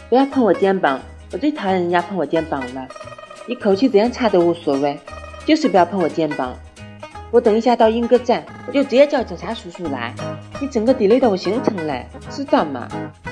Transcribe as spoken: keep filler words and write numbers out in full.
不要碰我肩膀，我最讨厌人家碰我肩膀了。你口气怎样差都无所谓，就是不要碰我肩膀。我等一下到莺歌站，我就直接叫警察叔叔来，你整个 delay 到我行程嘞，知道吗？